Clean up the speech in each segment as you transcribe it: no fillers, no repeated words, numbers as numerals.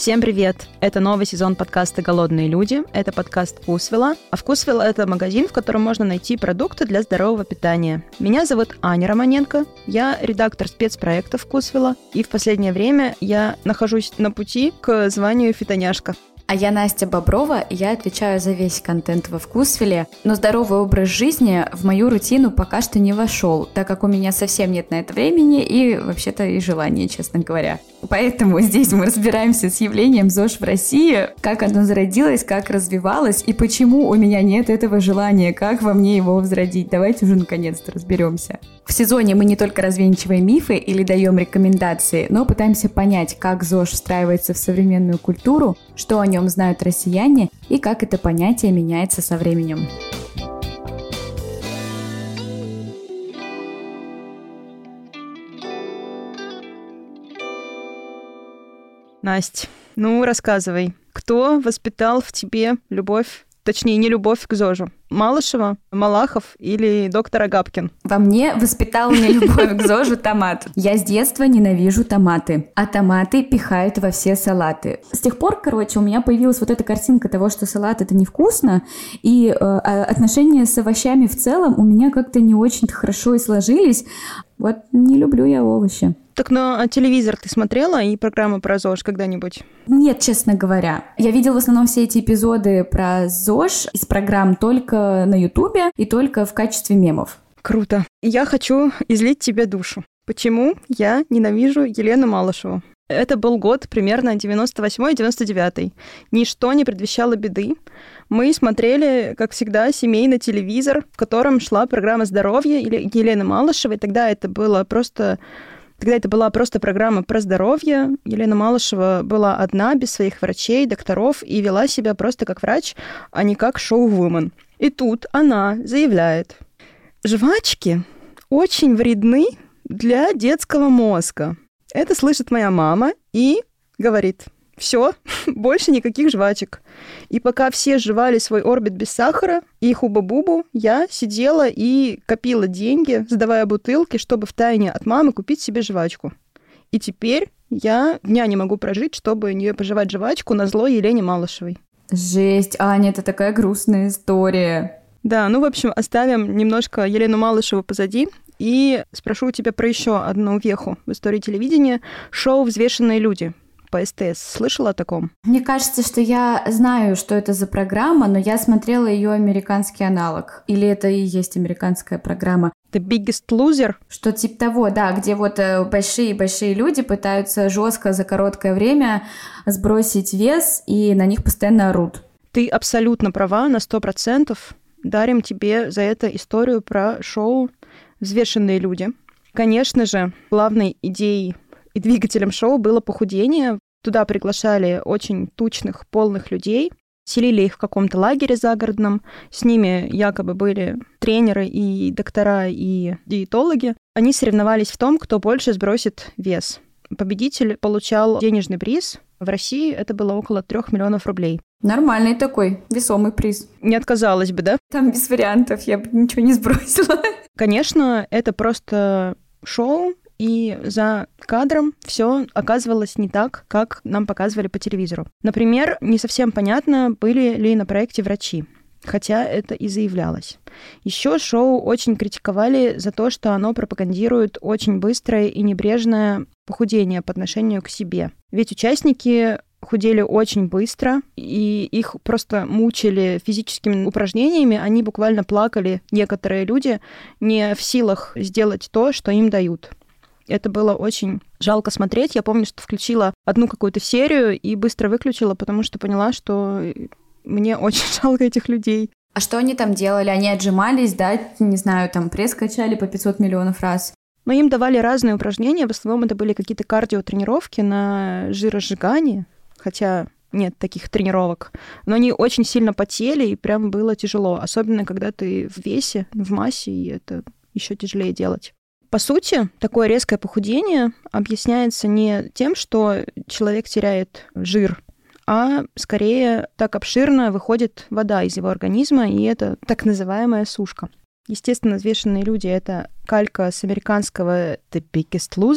Всем привет! Это новый сезон подкаста «Голодные люди». Это подкаст «Вкусвилла». А «Вкусвилла» — это магазин, в котором можно найти продукты для здорового питания. Меня зовут Аня Романенко. Я редактор спецпроекта «Вкусвилла». И в последнее время я нахожусь на пути к званию фитоняшка. А я Настя Боброва, и я отвечаю за весь контент во «Вкусвилле», но здоровый образ жизни в мою рутину пока что не вошел, так как у меня совсем нет на это времени и вообще-то и желания, честно говоря. Поэтому здесь мы разбираемся с явлением ЗОЖ в России, как оно зародилось, как развивалось и почему у меня нет этого желания, как во мне его возродить. Давайте уже наконец-то разберемся. В сезоне мы не только развенчиваем мифы или даем рекомендации, но пытаемся понять, как ЗОЖ встраивается в современную культуру, что о нем знают россияне и как это понятие меняется со временем. Настя, рассказывай, кто воспитал в тебе любовь, точнее, не любовь к ЗОЖу? Малышева, Малахов или доктор Агапкин? Во мне воспитал нелюбовь к ЗОЖу томат. Я с детства ненавижу томаты, а томаты пихают во все салаты. С тех пор, у меня появилась вот эта картинка того, что салат — это невкусно, и отношения с овощами в целом у меня как-то не очень-то хорошо и сложились. Вот не люблю я овощи. Так, а телевизор ты смотрела и программы про ЗОЖ когда-нибудь? Нет, честно говоря. Я видела в основном все эти эпизоды про ЗОЖ из программ только на Ютубе и только в качестве мемов. Круто. Я хочу излить тебе душу. Почему я ненавижу Елену Малышеву? Это был год примерно 98-99. Ничто не предвещало беды. Мы смотрели, как всегда, семейный телевизор, в котором шла программа «Здоровье» Елены Малышевой. Тогда это была просто программа про здоровье. Елена Малышева была одна, без своих врачей, докторов, и вела себя просто как врач, а не как шоу-вумен. И тут она заявляет: жвачки очень вредны для детского мозга. Это слышит моя мама и говорит: все, больше никаких жвачек. И пока все жевали свой Орбит без сахара и Хуба-Бубу, я сидела и копила деньги, сдавая бутылки, чтобы втайне от мамы купить себе жвачку. И теперь я дня не могу прожить, чтобы не пожевать жвачку назло Елене Малышевой. Жесть, Аня, это такая грустная история. Да, в общем, оставим немножко Елену Малышеву позади и спрошу у тебя про еще одну веху в истории телевидения. Шоу «Взвешенные люди» по СТС. Слышала о таком? Мне кажется, что я знаю, что это за программа, но я смотрела ее американский аналог. Или это и есть американская программа? The Biggest Loser? Что типа того, да, где вот большие-большие люди пытаются жестко за короткое время сбросить вес, и на них постоянно орут. Ты абсолютно права на 100%. Дарим тебе за это историю про шоу «Взвешенные люди». Конечно же, главной идеей и двигателем шоу было похудение. Туда приглашали очень тучных, полных людей, селили их в каком-то лагере загородном. С ними якобы были тренеры и доктора, и диетологи. Они соревновались в том, кто больше сбросит вес. Победитель получал денежный приз. В России это было около 3 миллионов рублей. Нормальный такой, весомый приз. Не отказалась бы, да? Там без вариантов, я бы ничего не сбросила. Конечно, это просто шоу, и за кадром все оказывалось не так, как нам показывали по телевизору. Например, не совсем понятно, были ли на проекте врачи, хотя это и заявлялось. Еще шоу очень критиковали за то, что оно пропагандирует очень быстрое и небрежное похудение по отношению к себе. Ведь участники худели очень быстро, и их просто мучили физическими упражнениями. Они буквально плакали, некоторые люди, не в силах сделать то, что им дают. Это было очень жалко смотреть. Я помню, что включила одну какую-то серию и быстро выключила, потому что поняла, что мне очень жалко этих людей. А что они там делали? Они отжимались, да? Не знаю, там пресс качали по 500 миллионов раз. Но им давали разные упражнения. В основном это были какие-то кардиотренировки на жиросжигание. Хотя нет таких тренировок. Но они очень сильно потели, и прям было тяжело. Особенно, когда ты в весе, в массе, и это еще тяжелее делать. По сути, такое резкое похудение объясняется не тем, что человек теряет жир, а скорее так обширно выходит вода из его организма, и это так называемая сушка. Естественно, взвешенные люди — это калька с американского The Biggest Loser.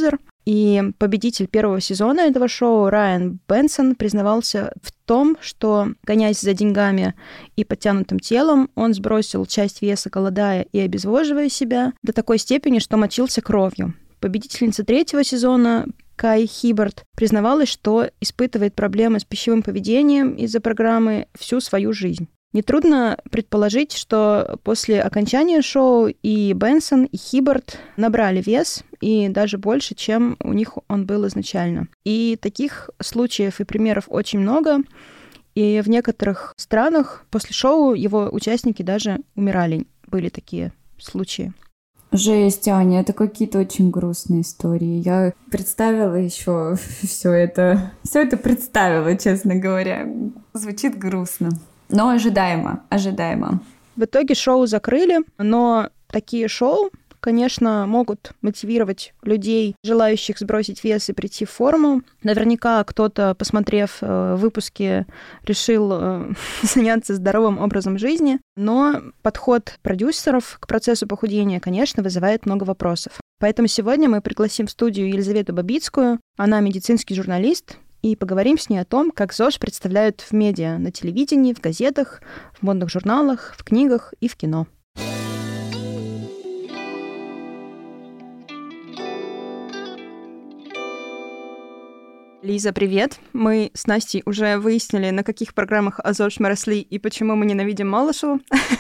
И победитель первого сезона этого шоу Райан Бенсон признавался в том, что, гоняясь за деньгами и подтянутым телом, он сбросил часть веса, голодая и обезвоживая себя до такой степени, что мочился кровью. Победительница третьего сезона Кай Хибарт признавалась, что испытывает проблемы с пищевым поведением из-за программы всю свою жизнь. Нетрудно предположить, что после окончания шоу и Бенсон, и Хибарт набрали вес, и даже больше, чем у них он был изначально. И таких случаев и примеров очень много, и в некоторых странах после шоу его участники даже умирали. Были такие случаи. Жесть, Аня, это какие-то очень грустные истории. Я представила еще все это представила, честно говоря. Звучит грустно. Но ожидаемо. В итоге шоу закрыли, но такие шоу, конечно, могут мотивировать людей, желающих сбросить вес и прийти в форму. Наверняка кто-то, посмотрев выпуски, решил заняться здоровым образом жизни, но подход продюсеров к процессу похудения, конечно, вызывает много вопросов. Поэтому сегодня мы пригласим в студию Елизавету Бабицкую. Она медицинский журналист, и поговорим с ней о том, как ЗОЖ представляют в медиа, на телевидении, в газетах, в модных журналах, в книгах и в кино. Лиза, привет! Мы с Настей уже выяснили, на каких программах о ЗОЖ мы росли и почему мы ненавидим Малышеву.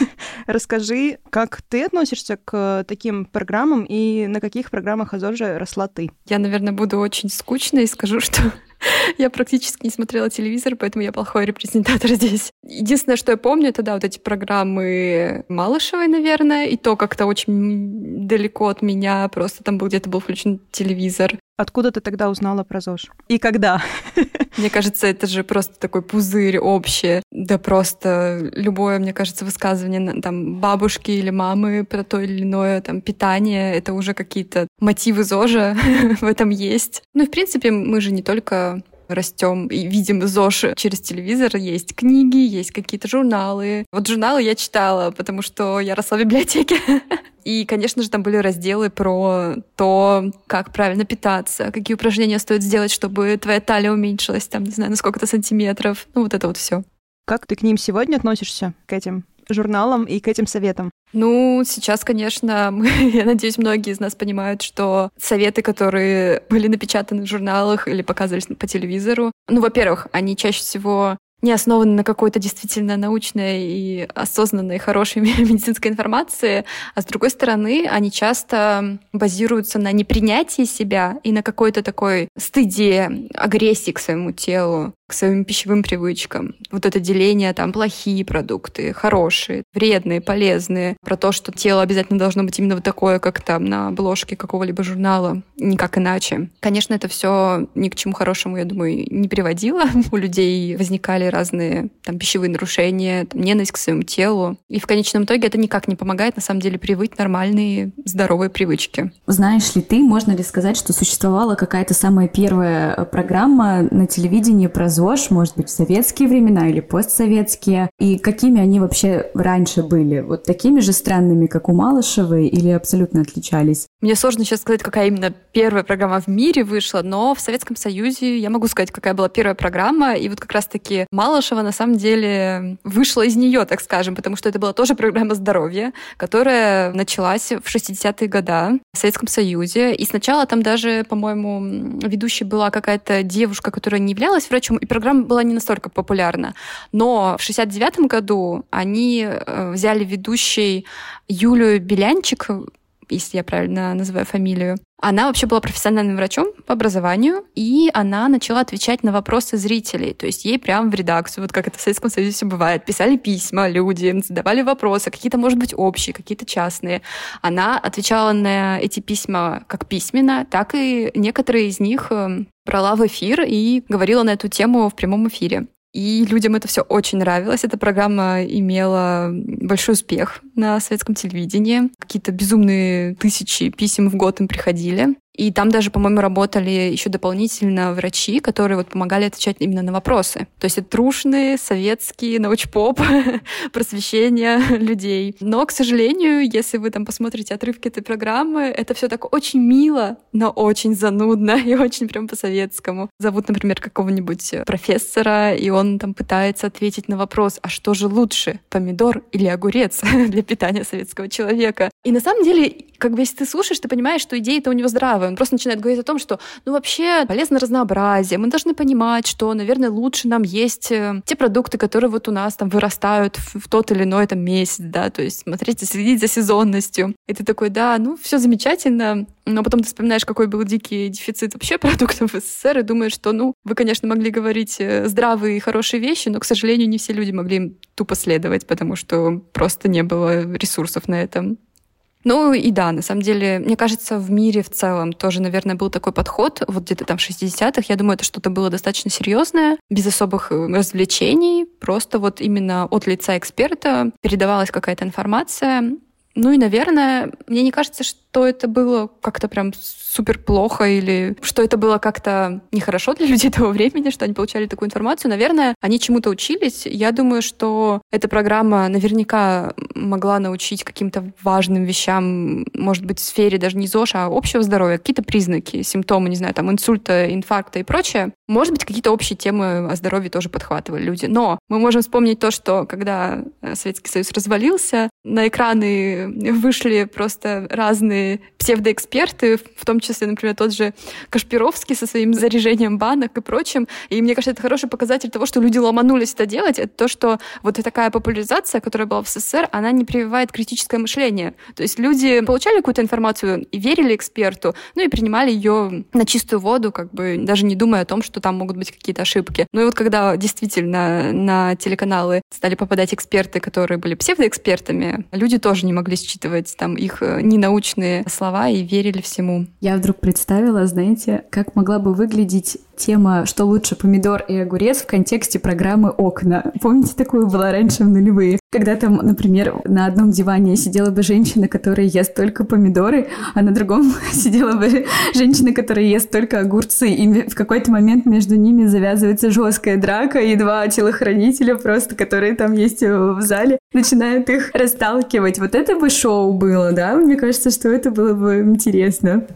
Расскажи, как ты относишься к таким программам и на каких программах о ЗОЖе росла ты? Я, наверное, буду очень скучной и скажу, что я практически не смотрела телевизор, поэтому я плохой репрезентатор здесь. Единственное, что я помню, это, да, вот эти программы Малышевой, наверное, и то как-то очень далеко от меня, просто там где-то был включен телевизор. Откуда ты тогда узнала про ЗОЖ? И когда? Мне кажется, это же просто такой пузырь общий. Да просто любое, мне кажется, высказывание там бабушки или мамы про то или иное там питание, это уже какие-то мотивы ЗОЖа в этом есть. Ну и в принципе мы же не только растем и видим ЗОЖ через телевизор. Есть книги, есть какие-то журналы. Вот журналы я читала, потому что я росла в библиотеке. И, конечно же, там были разделы про то, как правильно питаться, какие упражнения стоит сделать, чтобы твоя талия уменьшилась, там, не знаю, на сколько-то сантиметров. Ну, вот это вот все. Как ты к ним сегодня относишься, к этим журналам и к этим советам? Ну, сейчас, конечно, я надеюсь, многие из нас понимают, что советы, которые были напечатаны в журналах или показывались по телевизору, ну, во-первых, они чаще всего не основаны на какой-то действительно научной и осознанной, хорошей медицинской информации, а с другой стороны, они часто базируются на непринятии себя и на какой-то такой стыде, агрессии к своему телу, к своим пищевым привычкам. Вот это деление, там, плохие продукты, хорошие, вредные, полезные, про то, что тело обязательно должно быть именно вот такое, как там на обложке какого-либо журнала, никак иначе. Конечно, это все ни к чему хорошему, я думаю, не приводило. У людей возникали разные там пищевые нарушения, там, ненависть к своему телу. И в конечном итоге это никак не помогает, на самом деле, привить нормальные, здоровые привычки. Знаешь ли ты, можно ли сказать, что существовала какая-то самая первая программа на телевидении про ЗОЖ, может быть, в советские времена или постсоветские, и какими они вообще раньше были? Вот такими же странными, как у Малышевой, или абсолютно отличались? Мне сложно сейчас сказать, какая именно первая программа в мире вышла, но в Советском Союзе я могу сказать, какая была первая программа, и вот как раз-таки Малышева на самом деле вышла из нее, так скажем, потому что это была тоже программа здоровья, которая началась в 60-е годы в Советском Союзе, и сначала там даже, по-моему, ведущей была какая-то девушка, которая не являлась врачом, и программа была не настолько популярна. Но в 69-м году они взяли ведущей Юлию Белянчик, если я правильно называю фамилию. Она вообще была профессиональным врачом по образованию, и она начала отвечать на вопросы зрителей. То есть ей прямо в редакцию, вот как это в Советском Союзе все бывает, писали письма люди, задавали вопросы, какие-то, может быть, общие, какие-то частные. Она отвечала на эти письма как письменно, так и некоторые из них брала в эфир и говорила на эту тему в прямом эфире. И людям это все очень нравилось. Эта программа имела большой успех на советском телевидении. Какие-то безумные тысячи писем в год им приходили. И там даже, по-моему, работали еще дополнительно врачи, которые вот помогали отвечать именно на вопросы. То есть это трушные, советские, научпоп, просвещение людей. Но, к сожалению, если вы там посмотрите отрывки этой программы, это все так очень мило, но очень занудно и очень прям по-советскому. Зовут, например, какого-нибудь профессора, и он там пытается ответить на вопрос, а что же лучше, помидор или огурец для питания советского человека? И на самом деле, как бы если ты слушаешь, ты понимаешь, что идея-то у него здравая. Он просто начинает говорить о том, что, ну, вообще полезно разнообразие. Мы должны понимать, что, наверное, лучше нам есть те продукты, которые вот у нас там вырастают в тот или иной там месяц, да, то есть смотреть, следить за сезонностью. И ты такой, да, ну, все замечательно, но потом ты вспоминаешь, какой был дикий дефицит вообще продуктов в СССР, и думаешь, что, ну, вы, конечно, могли говорить здравые и хорошие вещи, но, к сожалению, не все люди могли им тупо следовать, потому что просто не было ресурсов на это. Ну и да, на самом деле, мне кажется, в мире в целом тоже, наверное, был такой подход, вот где-то там в 60-х, я думаю, это что-то было достаточно серьезное, без особых развлечений, просто вот именно от лица эксперта передавалась какая-то информация. Ну и, наверное, мне не кажется, что это было как-то прям супер плохо или что это было как-то нехорошо для людей того времени, что они получали такую информацию. Наверное, они чему-то учились. Я думаю, что эта программа наверняка могла научить каким-то важным вещам, может быть, в сфере даже не ЗОЖ, а общего здоровья, какие-то признаки, симптомы, не знаю, там, инсульта, инфаркта и прочее. Может быть, какие-то общие темы о здоровье тоже подхватывали люди. Но мы можем вспомнить то, что когда Советский Союз развалился, на экраны вышли просто разные псевдоэксперты, в том числе, например, тот же Кашпировский со своим заряжением банок и прочим. И мне кажется, это хороший показатель того, что люди ломанулись это делать. Это то, что вот такая популяризация, которая была в СССР, она не прививает критическое мышление. То есть люди получали какую-то информацию и верили эксперту, ну и принимали ее на чистую воду, как бы даже не думая о том, что там могут быть какие-то ошибки. Ну и вот когда действительно на телеканалы стали попадать эксперты, которые были псевдоэкспертами, люди тоже не могли считывать там их ненаучные слова и верили всему. Я вдруг представила, знаете, как могла бы выглядеть тема «Что лучше, помидор и огурец» в контексте программы «Окна». Помните, такую была раньше в нулевые? Когда там, например, на одном диване сидела бы женщина, которая ест только помидоры, а на другом сидела бы женщина, которая ест только огурцы. И в какой-то момент между ними завязывается жесткая драка, и два телохранителя просто, которые там есть в зале, начинают их расталкивать. Вот это бы шоу было, да? Мне кажется, что это было бы интересно.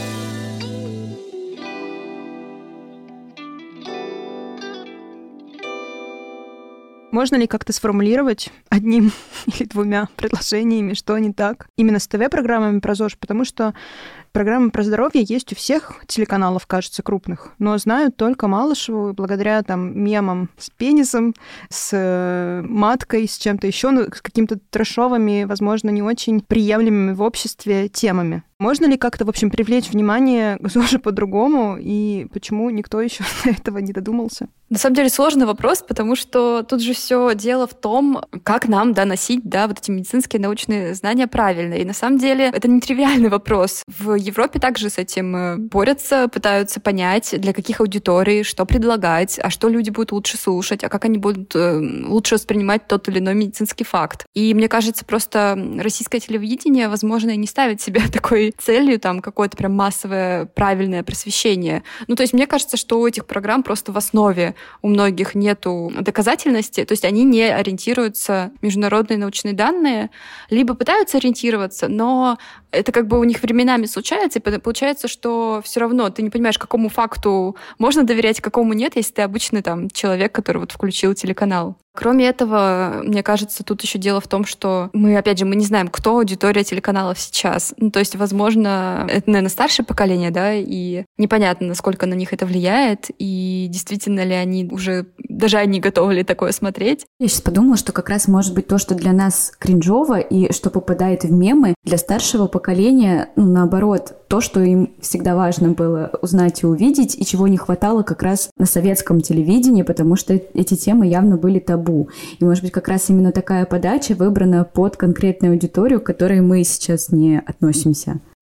Можно ли как-то сформулировать одним или двумя предложениями, что не так именно с ТВ-программами про ЗОЖ? Потому что программы про здоровье есть у всех телеканалов, кажется, крупных, но знают только Малышеву благодаря там мемам с пенисом, с маткой, с чем-то еще, ну, с какими-то трэшовыми, возможно, не очень приемлемыми в обществе темами. Можно ли как-то, в общем, привлечь внимание к ЗОЖу по-другому, и почему никто еще до этого не додумался? На самом деле сложный вопрос, потому что тут же все дело в том, как нам доносить, вот эти медицинские научные знания правильно. И на самом деле это не тривиальный вопрос. В Европе также с этим борются, пытаются понять, для каких аудиторий, что предлагать, а что люди будут лучше слушать, а как они будут лучше воспринимать тот или иной медицинский факт. И мне кажется, просто российское телевидение, возможно, и не ставит себе такой целью там какое-то прям массовое правильное просвещение. Ну, то есть мне кажется, что у этих программ просто в основе у многих нету доказательности, то есть они не ориентируются в международные научные данные, либо пытаются ориентироваться, но это как бы у них временами случается, и получается, что все равно ты не понимаешь, какому факту можно доверять, какому нет, если ты обычный там человек, который вот включил телеканал. Кроме этого, мне кажется, тут еще дело в том, что мы, опять же, мы не знаем, кто аудитория телеканалов сейчас. Ну, то есть, возможно, это, наверное, старшее поколение, и непонятно, насколько на них это влияет, и действительно ли они уже, даже они готовы ли такое смотреть. Я сейчас подумала, что как раз может быть то, что для нас кринжово и что попадает в мемы, для старшего поколения, наоборот, то, что им всегда важно было узнать и увидеть, и чего не хватало как раз на советском телевидении, потому что эти темы явно были табу. И, может быть, как раз именно такая подача выбрана под конкретную аудиторию, к которой мы сейчас не относимся.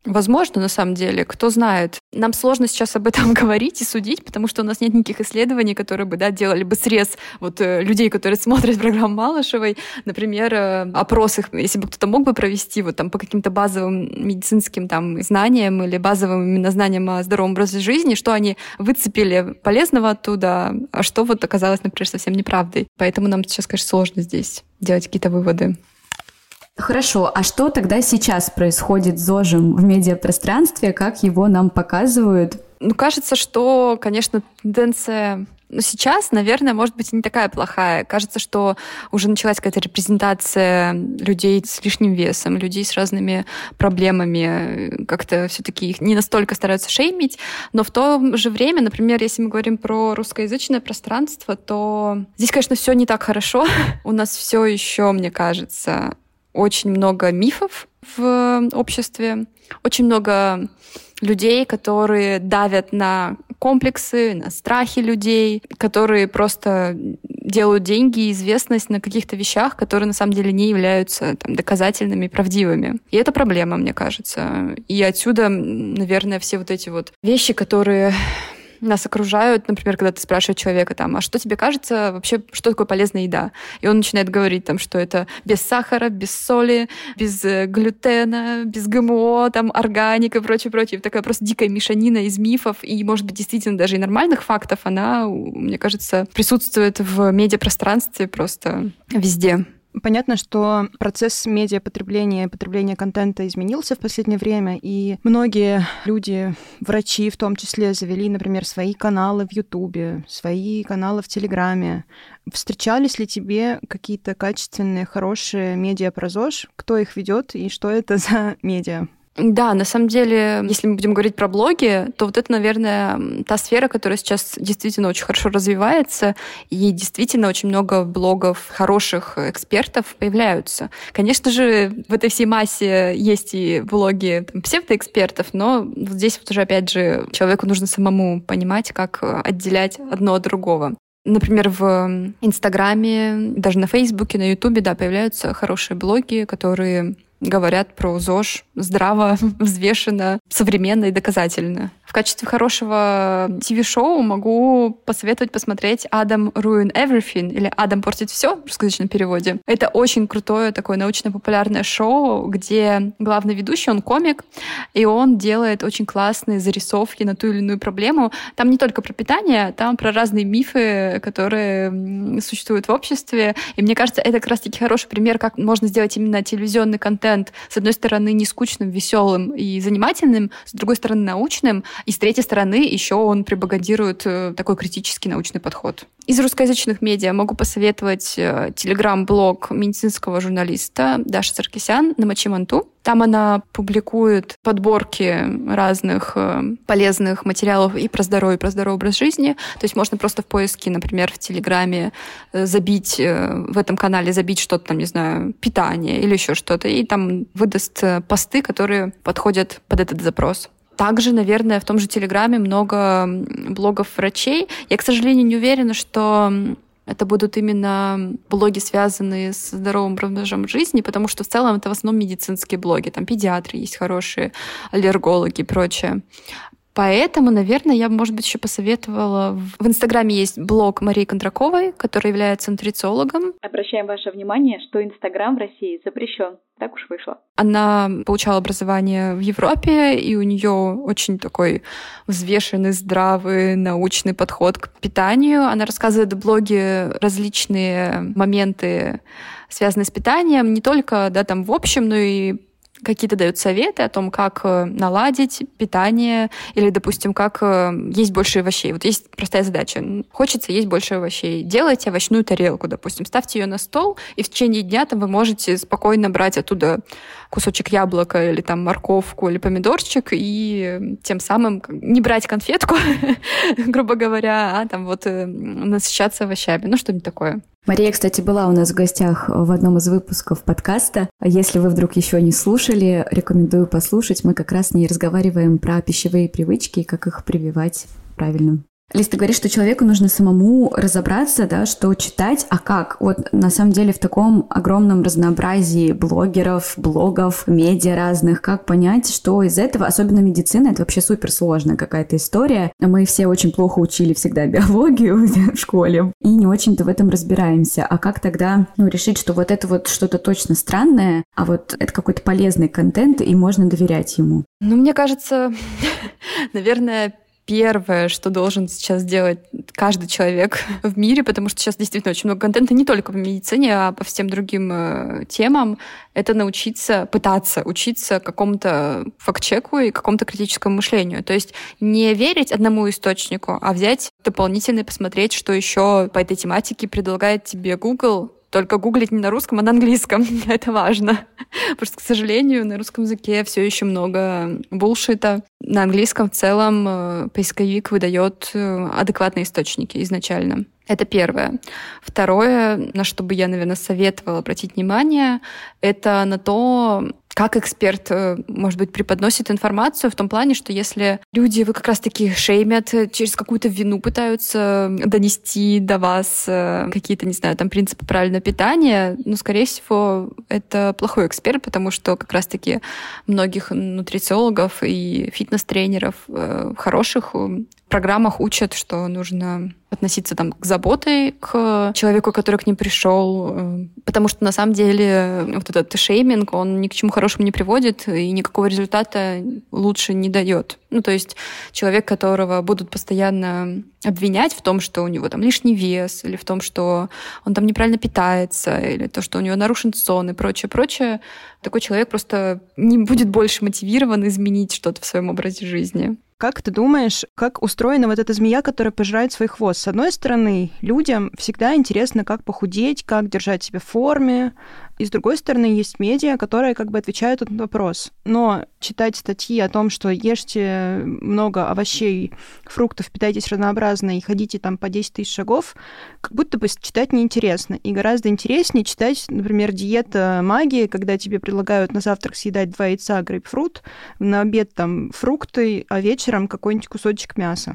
Возможно, на самом деле, кто знает. Нам сложно сейчас об этом говорить и судить, потому что у нас нет никаких исследований, которые бы, делали бы срез людей, которые смотрят программу Малышевой. Например, опрос их, если бы кто-то мог бы провести по каким-то базовым медицинским знаниям или базовым именно знаниям о здоровом образе жизни, что они выцепили полезного оттуда, а что оказалось, например, совсем неправдой. Поэтому нам сейчас, конечно, сложно здесь делать какие-то выводы. Хорошо, а что тогда сейчас происходит с ЗОЖем в медиапространстве, как его нам показывают? Кажется, что, конечно, тенденция сейчас, наверное, может быть, и не такая плохая. Кажется, что уже началась какая-то репрезентация людей с лишним весом, людей с разными проблемами. Как-то все-таки их не настолько стараются шеймить. Но в то же время, например, если мы говорим про русскоязычное пространство, то здесь, конечно, все не так хорошо. У нас все еще, мне кажется, очень много мифов в обществе, очень много людей, которые давят на комплексы, на страхи людей, которые просто делают деньги и известность на каких-то вещах, которые на самом деле не являются доказательными и правдивыми. И это проблема, мне кажется. И отсюда, наверное, все эти вещи, которые нас окружают, например, когда ты спрашиваешь человека, а что тебе кажется вообще, что такое полезная еда? И он начинает говорить, что это без сахара, без соли, без глютена, без ГМО, органика и прочее. Такая просто дикая мешанина из мифов и, может быть, действительно даже и нормальных фактов, она, мне кажется, присутствует в медиапространстве просто везде. Понятно, что процесс медиапотребления и потребления контента изменился в последнее время, и многие люди, врачи в том числе, завели, например, свои каналы в Ютубе, свои каналы в Телеграме. Встречались ли тебе какие-то качественные, хорошие медиа про ЗОЖ? Кто их ведет и что это за медиа? Да, на самом деле, если мы будем говорить про блоги, то это, наверное, та сфера, которая сейчас действительно очень хорошо развивается, и действительно очень много блогов хороших экспертов появляются. Конечно же, в этой всей массе есть и блоги псевдоэкспертов, но здесь уже, опять же, человеку нужно самому понимать, как отделять одно от другого. Например, в Инстаграме, даже на Фейсбуке, на Ютубе, появляются хорошие блоги, которые говорят про ЗОЖ здраво, взвешенно, современно и доказательно. В качестве хорошего ТВ-шоу могу посоветовать посмотреть «Адам Ruin Everything» или «Адам портит все» в русскоязычном переводе. Это очень крутое такое научно-популярное шоу, где главный ведущий, он комик, и он делает очень классные зарисовки на ту или иную проблему. Там не только про питание, там про разные мифы, которые существуют в обществе. И мне кажется, это как раз-таки хороший пример, как можно сделать именно телевизионный контент, с одной стороны, не скучным, веселым и занимательным, с другой стороны, научным, и с третьей стороны, еще он преподагандирует такой критический научный подход. Из русскоязычных медиа могу посоветовать телеграм-блог медицинского журналиста Даши Саркисян «Намочи манту». Там она публикует подборки разных полезных материалов и про здоровый образ жизни. То есть можно просто в поиске, например, в Телеграме забить, в этом канале забить что-то не знаю, питание или еще что-то, и там выдаст посты, которые подходят под этот запрос. Также, наверное, в том же Телеграме много блогов врачей. Я, к сожалению, не уверена, что это будут именно блоги, связанные с здоровым образом жизни, потому что в целом это в основном медицинские блоги. Там педиатры есть хорошие, аллергологи и прочее. Поэтому, наверное, я бы, может быть, еще посоветовала... В Инстаграме есть блог Марии Кондраковой, которая является нутрициологом. Обращаем ваше внимание, что Инстаграм в России запрещен. Так уж вышло. Она получала образование в Европе, и у нее очень такой взвешенный, здравый, научный подход к питанию. Она рассказывает в блоге различные моменты, связанные с питанием, не только там в общем, но и какие-то дают советы о том, как наладить питание или, допустим, как есть больше овощей. Вот есть простая задача. Хочется есть больше овощей. Делайте овощную тарелку, допустим. Ставьте ее на стол, и в течение дня вы можете спокойно брать оттуда кусочек яблока или морковку или помидорчик и тем самым не брать конфетку, грубо говоря, а насыщаться овощами. Что-нибудь такое. Мария, кстати, была у нас в гостях в одном из выпусков подкаста. Если вы вдруг еще не слушали, рекомендую послушать. Мы как раз с ней разговариваем про пищевые привычки и как их прививать правильно. Лиз, ты говоришь, что человеку нужно самому разобраться, да, что читать, а как? Вот на самом деле в таком огромном разнообразии блогеров, блогов, медиа разных, как понять, что из этого, особенно медицина, это вообще суперсложная какая-то история. Мы все очень плохо учили всегда биологию в школе и не очень-то в этом разбираемся. А как тогда решить, что вот это вот что-то точно странное, а вот это какой-то полезный контент, и можно доверять ему? Мне кажется, наверное, первое, что должен сейчас делать каждый человек в мире, потому что сейчас действительно очень много контента не только по медицине, а по всем другим темам, это пытаться учиться какому-то факт-чеку и какому-то критическому мышлению. То есть не верить одному источнику, а взять дополнительно и посмотреть, что еще по этой тематике предлагает тебе Google. Только гуглить не на русском, а на английском. Это важно. Потому что, к сожалению, на русском языке все еще много булшита. На английском в целом поисковик выдает адекватные источники изначально. Это первое. Второе, на что бы я, наверное, советовала обратить внимание, это на то, как эксперт, может быть, преподносит информацию в том плане, что если люди вы как раз-таки шеймят, через какую-то вину пытаются донести до вас какие-то, не знаю, там принципы правильного питания, скорее всего, это плохой эксперт, потому что как раз-таки многих нутрициологов и фитнес-тренеров хороших в программах учат, что нужно относиться там к заботой к человеку, который к ним пришел, потому что на самом деле вот этот шейминг, он ни к чему хорошему не приводит и никакого результата лучше не дает. То есть человек, которого будут постоянно обвинять в том, что у него там лишний вес, или в том, что он там неправильно питается, или то, что у него нарушен сон и прочее, такой человек просто не будет больше мотивирован изменить что-то в своем образе жизни. Как ты думаешь, как устроена вот эта змея, которая пожирает свой хвост? С одной стороны, людям всегда интересно, как похудеть, как держать себя в форме. И с другой стороны, есть медиа, которые как бы отвечают на этот вопрос. Но читать статьи о том, что ешьте много овощей, фруктов, питайтесь разнообразно и ходите там по 10 тысяч шагов, как будто бы читать неинтересно. И гораздо интереснее читать, например, диета магии, когда тебе предлагают на завтрак съедать 2 яйца, грейпфрут, на обед там фрукты, а вечером какой-нибудь кусочек мяса.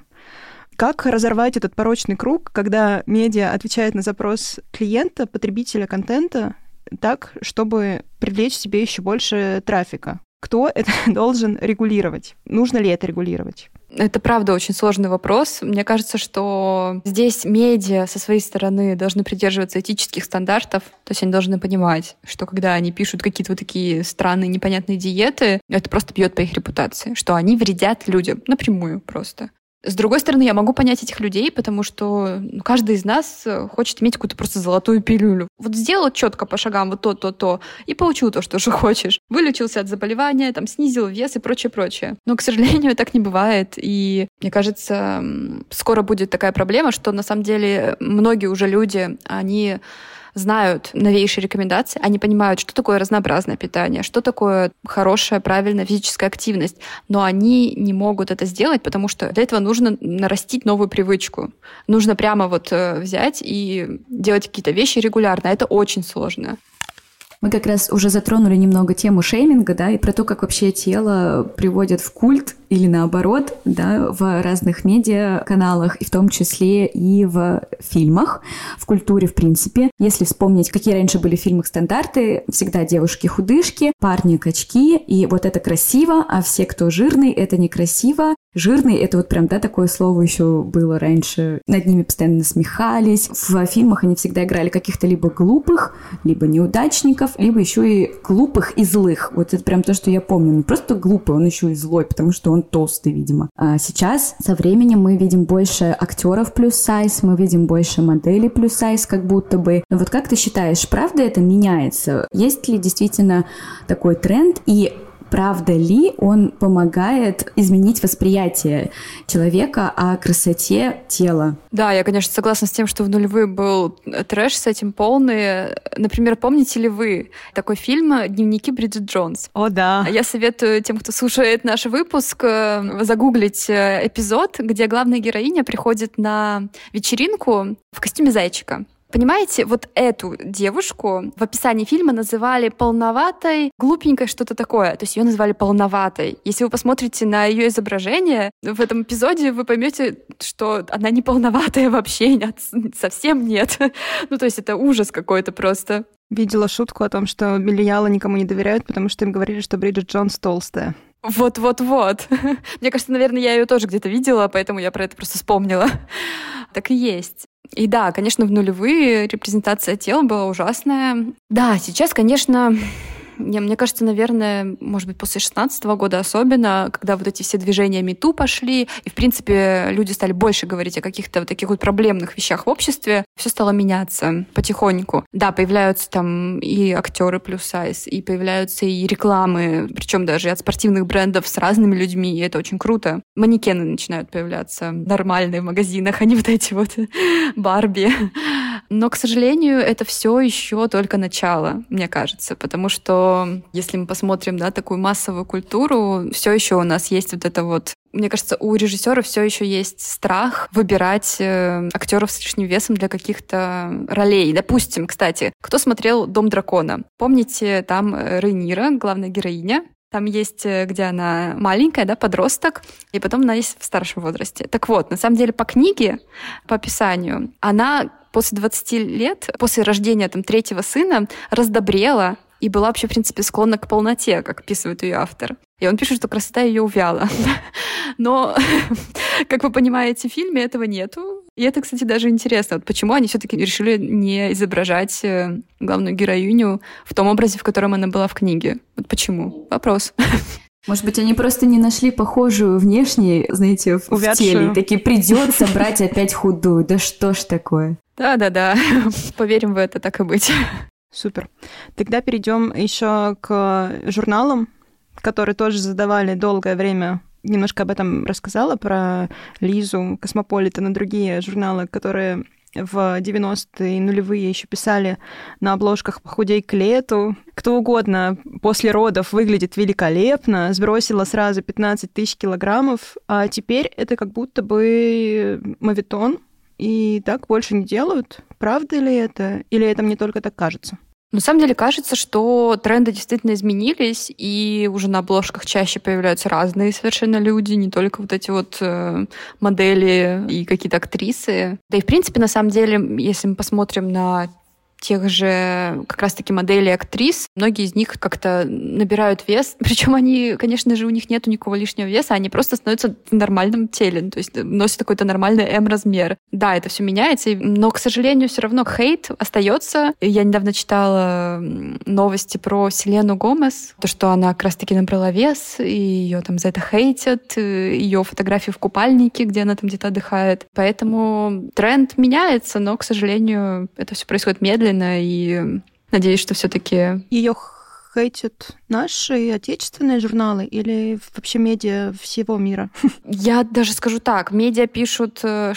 Как разорвать этот порочный круг, когда медиа отвечает на запрос клиента, потребителя контента, так, чтобы привлечь себе еще больше трафика? Кто это должен регулировать? Нужно ли это регулировать? Это, правда, очень сложный вопрос. Мне кажется, что здесь медиа со своей стороны должны придерживаться этических стандартов. То есть они должны понимать, что когда они пишут какие-то вот такие странные, непонятные диеты, это просто бьет по их репутации, что они вредят людям напрямую просто. С другой стороны, я могу понять этих людей, потому что каждый из нас хочет иметь какую-то просто золотую пилюлю. Вот сделал четко по шагам вот то, и получил то, что же хочешь. Вылечился от заболевания, там, снизил вес и прочее. Но, к сожалению, так не бывает. И, мне кажется, скоро будет такая проблема, что, на самом деле, многие уже люди, они знают новейшие рекомендации, они понимают, что такое разнообразное питание, что такое хорошая, правильная физическая активность, но они не могут это сделать, потому что для этого нужно нарастить новую привычку. Нужно прямо вот взять и делать какие-то вещи регулярно. Это очень сложно. Мы как раз уже затронули немного тему шейминга, да, и про то, как вообще тело приводят в культ или наоборот, да, в разных медиаканалах, и в том числе и в фильмах, в культуре в принципе. Если вспомнить, какие раньше были в фильмах стандарты, всегда девушки-худышки, парни-качки, и вот это красиво, а все, кто жирный, это некрасиво. Жирный — это вот прям, да, такое слово еще было раньше. Над ними постоянно насмехались. В фильмах они всегда играли каких-то либо глупых, либо неудачников, либо еще и глупых и злых. Вот это прям то, что я помню. Не просто глупый, он еще и злой, потому что он толстый, видимо. А сейчас со временем мы видим больше актеров плюс сайз, мы видим больше моделей плюс сайз, как будто бы. Но вот как ты считаешь, правда это меняется? Есть ли действительно такой тренд? И правда ли он помогает изменить восприятие человека о красоте тела? Да, я, конечно, согласна с тем, что в нулевые был трэш с этим полный. Например, помните ли вы такой фильм «Дневники Бриджит Джонс»? О, да. Я советую тем, кто слушает наш выпуск, загуглить эпизод, где главная героиня приходит на вечеринку в костюме зайчика. Понимаете, вот эту девушку в описании фильма называли полноватой, глупенькой, что-то такое. То есть ее называли полноватой. Если вы посмотрите на ее изображение в этом эпизоде, вы поймете, что она не полноватая вообще, совсем нет. Ну, то есть это ужас какой-то просто. Видела шутку о том, что миллениалы никому не доверяют, потому что им говорили, что Бриджит Джонс толстая. Вот-вот-вот. Мне кажется, наверное, я ее тоже где-то видела, поэтому я про это просто вспомнила. Так и есть. И да, конечно, в нулевые репрезентация тела была ужасная. Да, сейчас, конечно, мне кажется, наверное, может быть, после 2016 года особенно, когда вот эти все движения #MeToo пошли, и, в принципе, люди стали больше говорить о каких-то вот таких вот проблемных вещах в обществе, все стало меняться потихоньку. Да, появляются там и актеры плюс сайз, и появляются и рекламы, причем даже от спортивных брендов с разными людьми, и это очень круто. Манекены начинают появляться нормальные в магазинах, а не вот эти вот Барби. Но, к сожалению, это все еще только начало, мне кажется, потому что если мы посмотрим, да, такую массовую культуру, все еще у нас есть вот это вот. Мне кажется, у режиссера все еще есть страх выбирать актеров с лишним весом для каких-то ролей. Допустим, кстати, кто смотрел «Дом дракона»? Помните, там Рейнира, главная героиня? Там есть, где она маленькая, да, подросток, и потом она есть в старшем возрасте. Так вот, на самом деле, по книге, по описанию, она после 20 лет, после рождения там 3-го сына, раздобрела и была вообще, в принципе, склонна к полноте, как описывает ее автор. И он пишет, что красота ее увяла. Но, как вы понимаете, в фильме этого нету. И это, кстати, даже интересно. Вот почему они все-таки решили не изображать главную героиню в том образе, в котором она была в книге. Вот почему? Вопрос. Может быть, они просто не нашли похожую внешне, знаете, в теле. И такие, придется брать опять худую. Да что ж такое? Да-да-да. Поверим в это, так и быть. Супер. Тогда перейдем еще к журналам, которые тоже задавали долгое время. Немножко об этом рассказала, про Лизу, Космополитен и другие журналы, которые в 90-е и нулевые еще писали на обложках «Похудей к лету». Кто угодно после родов выглядит великолепно, сбросила сразу 15 тысяч килограммов, а теперь это как будто бы моветон, и так больше не делают. Правда ли это? Или это мне только так кажется? На самом деле кажется, что тренды действительно изменились, и уже на обложках чаще появляются разные совершенно люди, не только вот эти вот модели и какие-то актрисы. Да и, в принципе, на самом деле, если мы посмотрим на тех же как раз-таки моделей актрис, многие из них как-то набирают вес. Причем они, конечно же, у них нету никакого лишнего веса, они просто становятся в нормальном теле, то есть носят какой-то нормальный М-размер. Да, это все меняется, но, к сожалению, все равно хейт остается. Я недавно читала новости про Селену Гомес, то, что она как раз-таки набрала вес, и ее там за это хейтят, ее фотографии в купальнике, где она там где-то отдыхает. Поэтому тренд меняется, но, к сожалению, это все происходит медленно, и надеюсь, что все-таки ее хейтят наши отечественные журналы или вообще медиа всего мира? Я даже скажу так, медиа пишут,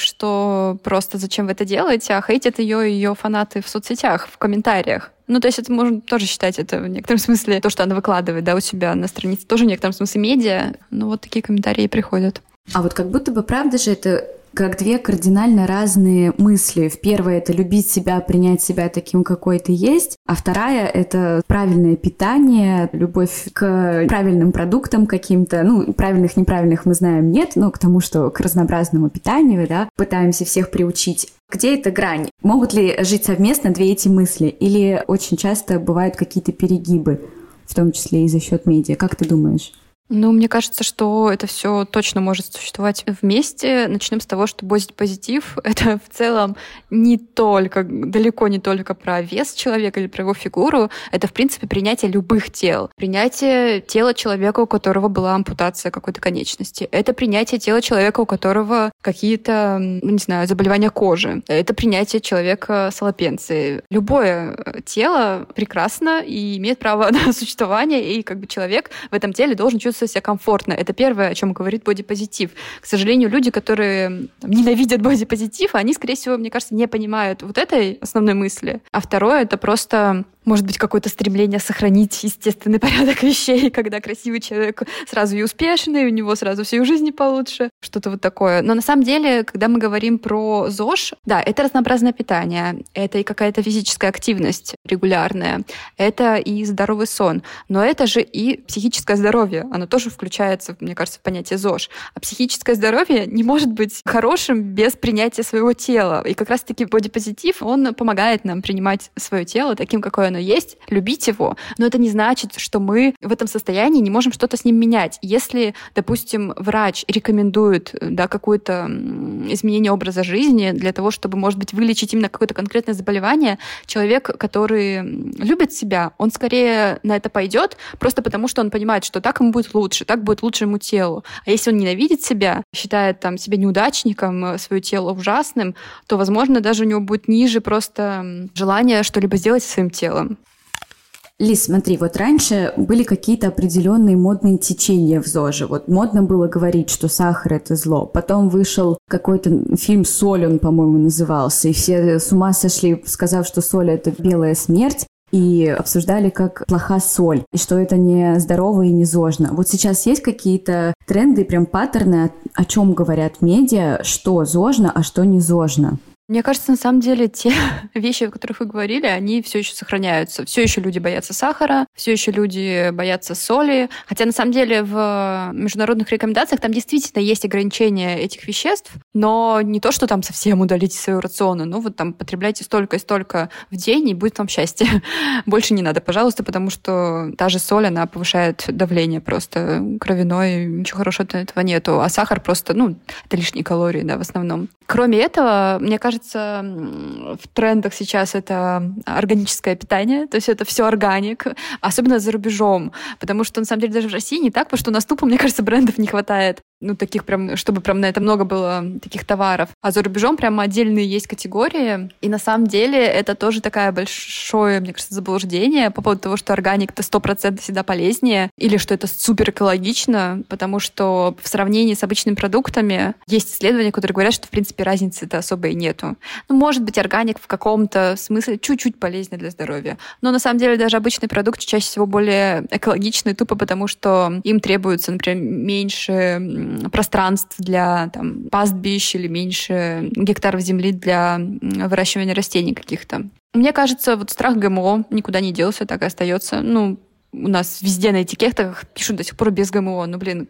что просто зачем вы это делаете, а хейтят ее фанаты в соцсетях, в комментариях. Ну, то есть это можно тоже считать, это в некотором смысле то, что она выкладывает, да, у себя на странице, тоже в некотором смысле медиа, но вот такие комментарии приходят. А вот как будто бы правда же это как две кардинально разные мысли. Первая — это любить себя, принять себя таким, какой ты есть. А вторая — это правильное питание, любовь к правильным продуктам каким-то. Ну, правильных, неправильных мы знаем нет, но к тому, что к разнообразному питанию, да, пытаемся всех приучить. Где эта грань? Могут ли жить совместно две эти мысли? Или очень часто бывают какие-то перегибы, в том числе и за счет медиа? Как ты думаешь? Ну, мне кажется, что это все точно может существовать вместе. Начнем с того, что бодипозитив — это в целом не только, далеко не только про вес человека или про его фигуру. Это, в принципе, принятие любых тел. Принятие тела человека, у которого была ампутация какой-то конечности. Это принятие тела человека, у которого какие-то, не знаю, заболевания кожи. Это принятие человека с аллопенцией. Любое тело прекрасно и имеет право на существование, и как бы человек в этом теле должен чувствовать себя комфортно. Это первое, о чем говорит бодипозитив. К сожалению, люди, которые ненавидят бодипозитив, они, скорее всего, мне кажется, не понимают вот этой основной мысли. А второе — это просто может быть, какое-то стремление сохранить естественный порядок вещей, когда красивый человек сразу и успешный, у него сразу все в жизни получше, что-то вот такое. Но на самом деле, когда мы говорим про ЗОЖ, да, это разнообразное питание, это и какая-то физическая активность регулярная, это и здоровый сон, но это же и психическое здоровье, оно тоже включается, мне кажется, в понятие ЗОЖ. А психическое здоровье не может быть хорошим без принятия своего тела. И как раз-таки бодипозитив, он помогает нам принимать свое тело таким, какое оно есть, любить его. Но это не значит, что мы в этом состоянии не можем что-то с ним менять. Если, допустим, врач рекомендует, да, какое-то изменение образа жизни для того, чтобы, может быть, вылечить именно какое-то конкретное заболевание, человек, который любит себя, он скорее на это пойдет, просто потому что он понимает, что так ему будет лучше, так будет лучше ему телу. А если он ненавидит себя, считает там себя неудачником, свое тело ужасным, то, возможно, даже у него будет ниже просто желание что-либо сделать со своим телом. Лиз, смотри, вот раньше были какие-то определенные модные течения в ЗОЖе. Вот модно было говорить, что сахар – это зло. Потом вышел какой-то фильм «Соль», он, по-моему, назывался, и все с ума сошли, сказав, что соль – это белая смерть, и обсуждали, как плоха соль, и что это не здорово и не зожно. Вот сейчас есть какие-то тренды, прям паттерны, о чем говорят медиа, что зожно, а что не зожно? Мне кажется, на самом деле, те вещи, о которых вы говорили, они все еще сохраняются. Все еще люди боятся сахара, все еще люди боятся соли. Хотя, на самом деле, в международных рекомендациях там действительно есть ограничения этих веществ, но не то, что там совсем удалите свои рационы. Ну, вот там потребляйте столько и столько в день, и будет вам счастье. Больше не надо, пожалуйста, потому что та же соль, она повышает давление просто кровяное, ничего хорошего от этого нету. А сахар просто, это лишние калории, да, в основном. Кроме этого, мне кажется, в трендах сейчас это органическое питание, то есть это все органик, особенно за рубежом, потому что, на самом деле, даже в России не так, потому что у нас тупо, мне кажется, брендов не хватает. Таких прям, чтобы прям на это много было таких товаров. А за рубежом прям отдельные есть категории. И на самом деле это тоже такое большое, мне кажется, заблуждение по поводу того, что органик-то 100% всегда полезнее, или что это супер экологично, потому что в сравнении с обычными продуктами есть исследования, которые говорят, что, в принципе, разницы-то особой нету. Может быть, органик в каком-то смысле чуть-чуть полезнее для здоровья. Но на самом деле даже обычный продукт чаще всего более экологичный, тупо потому что им требуется, например, меньше пространств для пастбищ или меньше гектаров земли для выращивания растений каких-то. Мне кажется, вот страх ГМО никуда не делся, так и остается. У нас везде на этикетках пишут до сих пор без ГМО.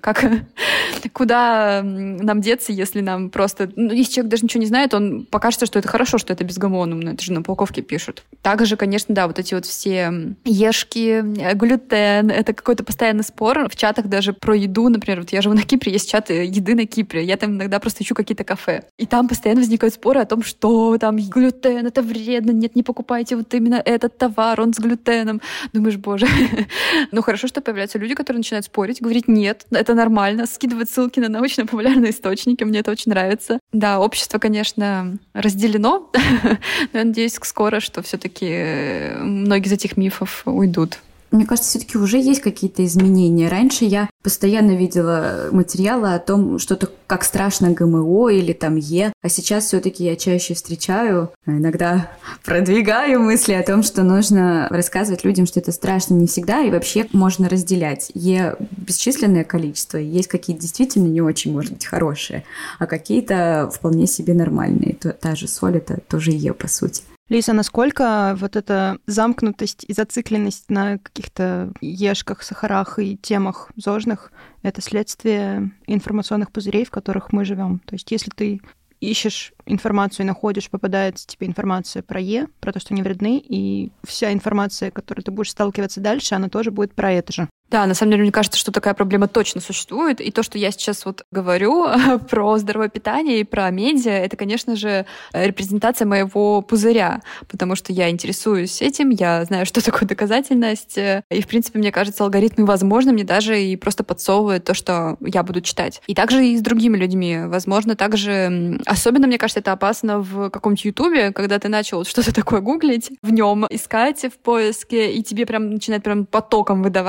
Куда нам деться, если нам просто... если человек даже ничего не знает, он покажется, что это хорошо, что это без ГМО. Это же на упаковке пишут. Также, конечно, да, вот эти вот все ешки, глютен, это какой-то постоянный спор. В чатах даже про еду, например, вот я живу на Кипре, есть чаты еды на Кипре. Я там иногда просто ищу какие-то кафе. И там постоянно возникают споры о том, что там глютен, это вредно, нет, не покупайте вот именно этот товар, он с глютеном. Думаешь, боже... хорошо, что появляются люди, которые начинают спорить, говорить «нет, это нормально», скидывать ссылки на научно-популярные источники, мне это очень нравится. Да, общество, конечно, разделено, но я надеюсь скоро, что все-таки многие из этих мифов уйдут. Мне кажется, все-таки уже есть какие-то изменения. Раньше я постоянно видела материалы о том, что-то как страшно ГМО или Е, а сейчас все-таки я чаще встречаю, иногда продвигаю мысли о том, что нужно рассказывать людям, что это страшно не всегда, и вообще можно разделять. Бесчисленное количество, есть какие-то действительно не очень, может быть, хорошие, а какие-то вполне себе нормальные. Та же соль — это тоже по сути. Лиза, насколько вот эта замкнутость и зацикленность на каких-то ешках, сахарах и темах зожных — это следствие информационных пузырей, в которых мы живем? То есть если ты ищешь информацию и находишь, попадается тебе информация про про то, что они вредны, и вся информация, которой ты будешь сталкиваться дальше, она тоже будет про это же. Да, на самом деле, мне кажется, что такая проблема точно существует. И то, что я сейчас говорю про здоровое питание и про медиа, это, конечно же, репрезентация моего пузыря, потому что я интересуюсь этим, я знаю, что такое доказательность. И, в принципе, мне кажется, алгоритмы, возможно, мне даже и просто подсовывают то, что я буду читать. И также и с другими людьми. Возможно, также... Особенно, мне кажется, это опасно в каком-нибудь Ютубе, когда ты начал что-то такое гуглить, в нем искать в поиске, и тебе прям начинает прям потоком выдавать именно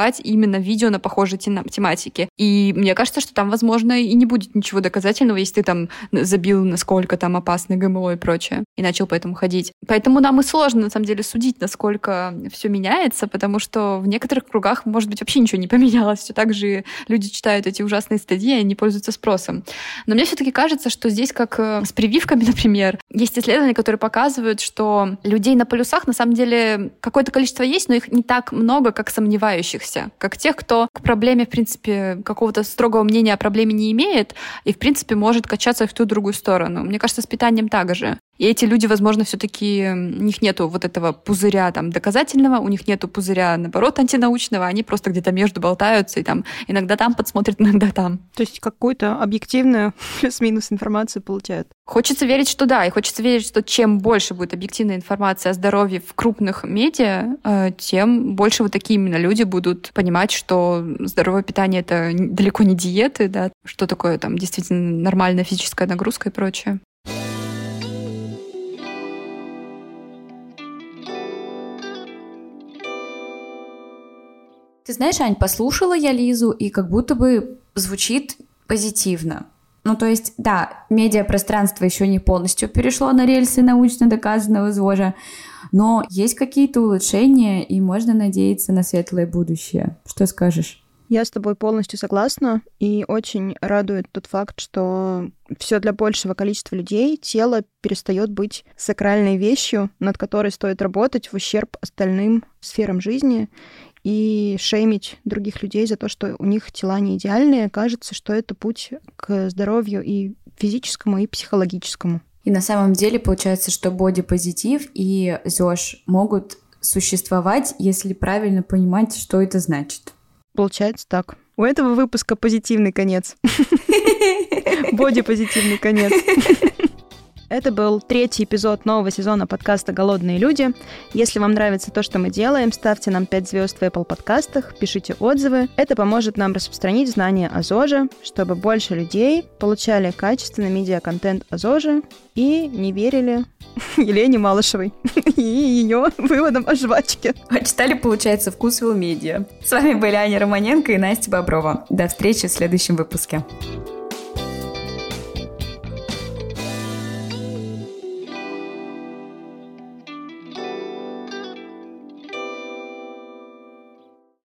именно видео на похожей тематике. И мне кажется, что там, возможно, и не будет ничего доказательного, если ты там забил, насколько там опасны ГМО и прочее, и начал по этому ходить. Поэтому нам и сложно, на самом деле, судить, насколько все меняется, потому что в некоторых кругах, может быть, вообще ничего не поменялось. Все так же люди читают эти ужасные статьи, и они пользуются спросом. Но мне все-таки кажется, что здесь, как с прививками, например, есть исследования, которые показывают, что людей на полюсах, на самом деле, какое-то количество есть, но их не так много, как сомневающихся, как тех, кто к проблеме, в принципе, какого-то строгого мнения о проблеме не имеет и, в принципе, может качаться в ту другую сторону. Мне кажется, с питанием так же. И эти люди, возможно, все-таки у них нету вот этого пузыря там доказательного, у них нету пузыря, наоборот, антинаучного, они просто где-то между болтаются и там иногда там подсмотрят, иногда там. То есть какую-то объективную плюс-минус информацию получают. Хочется верить, что да, и хочется верить, что чем больше будет объективной информации о здоровье в крупных медиа, тем больше вот такие именно люди будут понимать, что здоровое питание — это далеко не диеты, да, что такое там действительно нормальная физическая нагрузка и прочее. Ты знаешь, Ань, послушала я Лизу, и как будто бы звучит позитивно. Ну, то есть, да, медиапространство еще не полностью перешло на рельсы научно доказанного ЗОЖа, но есть какие-то улучшения, и можно надеяться на светлое будущее. Что скажешь? Я с тобой полностью согласна, и очень радует тот факт, что все для большего количества людей тело перестает быть сакральной вещью, над которой стоит работать в ущерб остальным сферам жизни, и шеймить других людей за то, что у них тела не идеальные. Кажется, что это путь к здоровью и физическому, и психологическому. И на самом деле получается, что бодипозитив и ЗОЖ могут существовать, если правильно понимать, что это значит. Получается так. У этого выпуска позитивный конец. Бодипозитивный конец. Это был 3-й эпизод нового сезона подкаста «Голодные люди». Если вам нравится то, что мы делаем, ставьте нам 5 звезд в Apple подкастах, пишите отзывы. Это поможет нам распространить знания о ЗОЖе, чтобы больше людей получали качественный медиаконтент о ЗОЖе и не верили Елене Малышевой и ее выводам о жвачке. А читали, получается, «Вкусвилл Медиа». С вами были Аня Романенко и Настя Боброва. До встречи в следующем выпуске.